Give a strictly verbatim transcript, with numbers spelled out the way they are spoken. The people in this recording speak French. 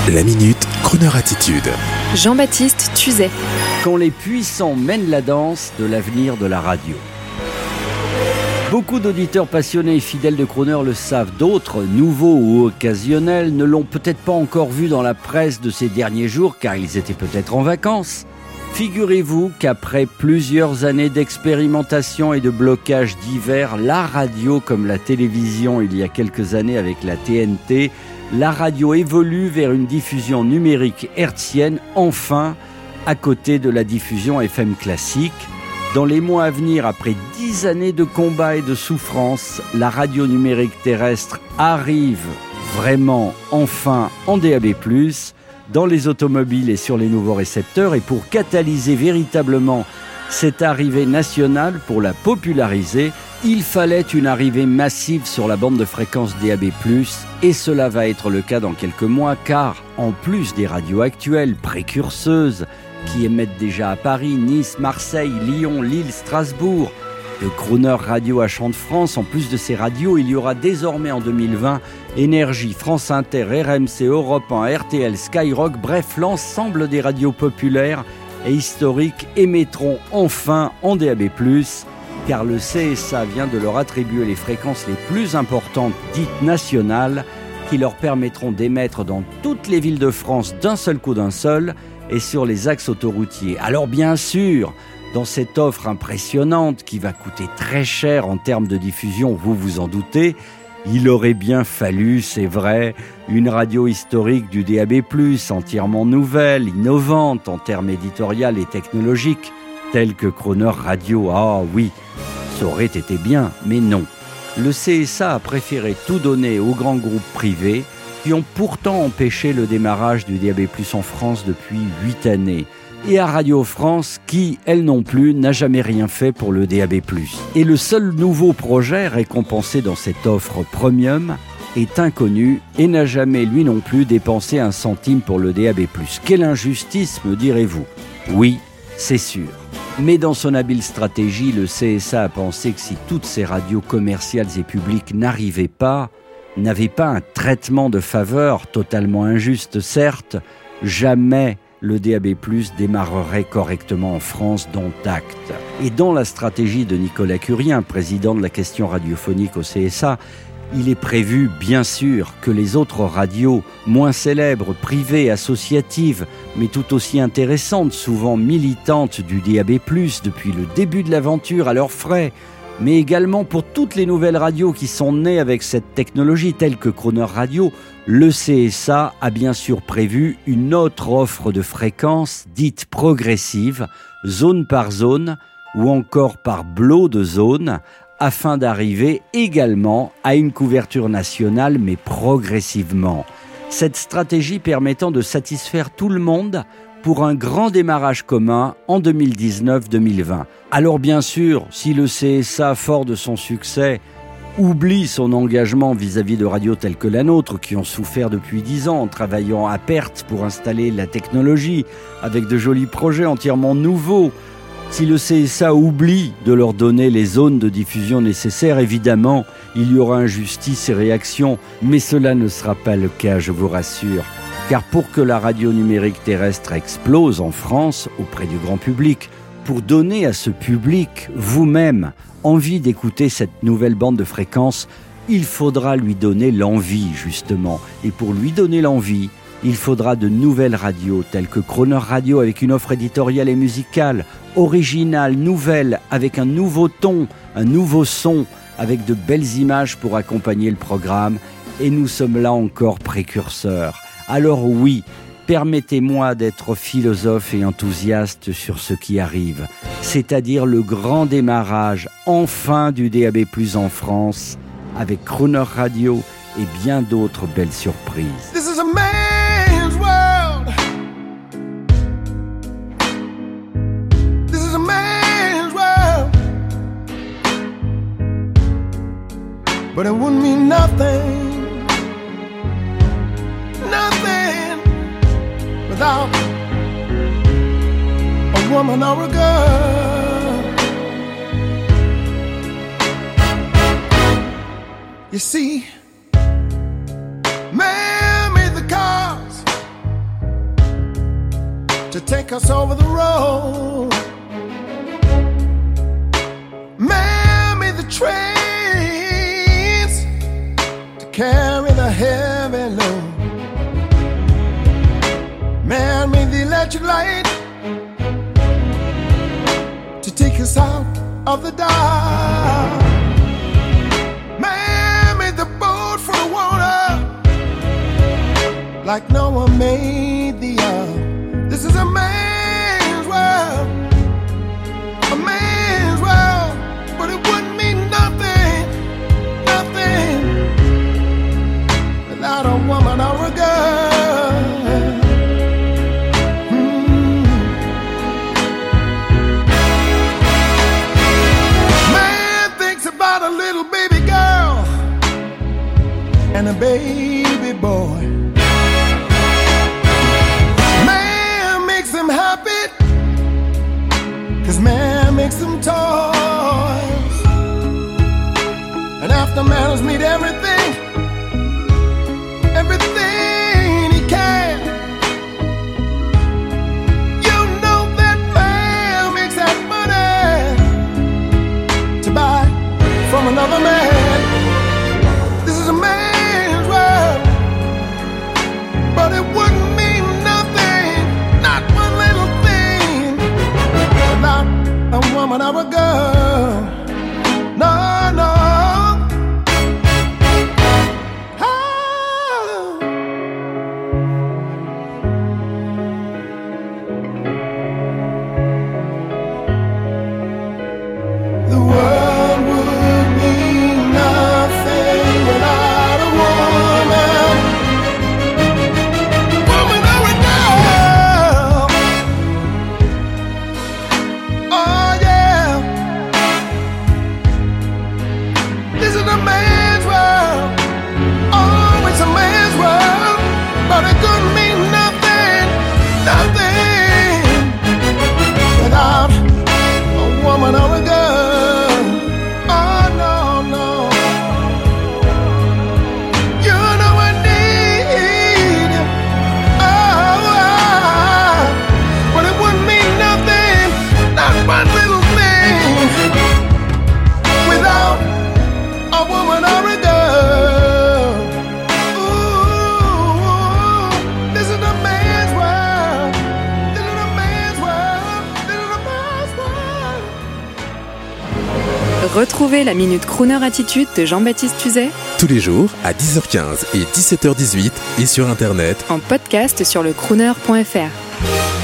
La Minute, Kroneur Attitude. Jean-Baptiste Tuzet. Quand les puissants mènent la danse de l'avenir de la radio. Beaucoup d'auditeurs passionnés et fidèles de Kroneur le savent. D'autres, nouveaux ou occasionnels, ne l'ont peut-être pas encore vu dans la presse de ces derniers jours car ils étaient peut-être en vacances. Figurez-vous qu'après plusieurs années d'expérimentation et de blocage divers, la radio comme la télévision il y a quelques années avec la T N T, la radio évolue vers une diffusion numérique hertzienne, enfin, à côté de la diffusion F M classique. Dans les mois à venir, après dix années de combat et de souffrance, la radio numérique terrestre arrive vraiment, enfin, en D A B plus, dans les automobiles et sur les nouveaux récepteurs. Et pour catalyser véritablement cette arrivée nationale, pour la populariser, il fallait une arrivée massive sur la bande de fréquence D A B plus, et cela va être le cas dans quelques mois, car en plus des radios actuelles, précurseuses, qui émettent déjà à Paris, Nice, Marseille, Lyon, Lille, Strasbourg, de Kroneur Radio à Chant de France, en plus de ces radios, il y aura désormais en deux mille vingt Énergie, France Inter, R M C, Europe un, R T L, Skyrock, bref, l'ensemble des radios populaires et historiques émettront enfin en D A B plus, car le C S A vient de leur attribuer les fréquences les plus importantes, dites nationales, qui leur permettront d'émettre dans toutes les villes de France d'un seul coup d'un seul et sur les axes autoroutiers. Alors bien sûr, dans cette offre impressionnante qui va coûter très cher en termes de diffusion, vous vous en doutez, il aurait bien fallu, c'est vrai, une radio historique du D A B plus, entièrement nouvelle, innovante en termes éditorial et technologiques, telle que Kroneur Radio. Ah oui, ça aurait été bien, mais non. Le C S A a préféré tout donner aux grands groupes privés qui ont pourtant empêché le démarrage du D A B plus en France depuis huit années. Et à Radio France, qui, elle non plus, n'a jamais rien fait pour le D A B plus. Et le seul nouveau projet récompensé dans cette offre premium est inconnu et n'a jamais, lui non plus, dépensé un centime pour le D A B plus. Quelle injustice, me direz-vous? Oui, c'est sûr. Mais dans son habile stratégie, le C S A a pensé que si toutes ces radios commerciales et publiques n'arrivaient pas, n'avaient pas un traitement de faveur totalement injuste, certes, jamais le D A B plus démarrerait correctement en France, dont acte. Et dans la stratégie de Nicolas Curien, président de la question radiophonique au C S A, il est prévu, bien sûr, que les autres radios, moins célèbres, privées, associatives, mais tout aussi intéressantes, souvent militantes du D A B plus, depuis le début de l'aventure à leurs frais, mais également pour toutes les nouvelles radios qui sont nées avec cette technologie, telle que Kroneur Radio, le C S A a bien sûr prévu une autre offre de fréquences dite progressive, zone par zone, ou encore par bloc de zone, afin d'arriver également à une couverture nationale, mais progressivement. Cette stratégie permettant de satisfaire tout le monde pour un grand démarrage commun en deux mille dix-neuf deux mille vingt. Alors bien sûr, si le C S A, fort de son succès, oublie son engagement vis-à-vis de radios telles que la nôtre, qui ont souffert depuis dix ans en travaillant à perte pour installer la technologie, avec de jolis projets entièrement nouveaux, si le C S A oublie de leur donner les zones de diffusion nécessaires, évidemment, il y aura injustice et réaction, mais cela ne sera pas le cas, je vous rassure. Car pour que la radio numérique terrestre explose en France auprès du grand public, pour donner à ce public, vous-même, envie d'écouter cette nouvelle bande de fréquences, il faudra lui donner l'envie, justement. Et pour lui donner l'envie, il faudra de nouvelles radios, telles que Kroneur Radio, avec une offre éditoriale et musicale, originale, nouvelle, avec un nouveau ton, un nouveau son, avec de belles images pour accompagner le programme. Et nous sommes là encore précurseurs. Alors oui, permettez-moi d'être philosophe et enthousiaste sur ce qui arrive, c'est-à-dire le grand démarrage enfin du D A B plus en France, avec Kroneur Radio et bien d'autres belles surprises. This is a man's world. This is a man's world. But it wouldn't mean nothing. Nothing without a woman or a girl. You see, man made the cars, to take us over the road. Man made the trains to carry the heavy load. Man made the electric light to take us out of the dark. Man made the boat for the water like no one made the earth. This is a man's world, a man's world, but it wouldn't mean nothing, nothing without a woman or a girl. Hmm. Man thinks about a little baby girl and a baby boy. Cause man makes them toys. And after man has made everything, everything he can, you know that man makes that money to buy from another man. This is a man's world, but it wouldn't mean nothing, not one little thing, without a woman or a girl. No, no. Oh. The world would mean nothing without a woman. Woman or a girl. Oh yeah. This is a man's world. Oh, it's a man's world, but it couldn't mean nothing, nothing without a woman or a girl. Oh no, no. You know I need you. Oh, ah. But it wouldn't mean nothing, not one little thing, without a woman or a girl. Ooh, this is a man's world. This is a man's world. This is a man's world. Retrouvez la Minute Crooner Attitude de Jean-Baptiste Tuzet Tous les jours à dix heures quinze et dix-sept heures dix-huit et sur internet en podcast sur le crooner point f r.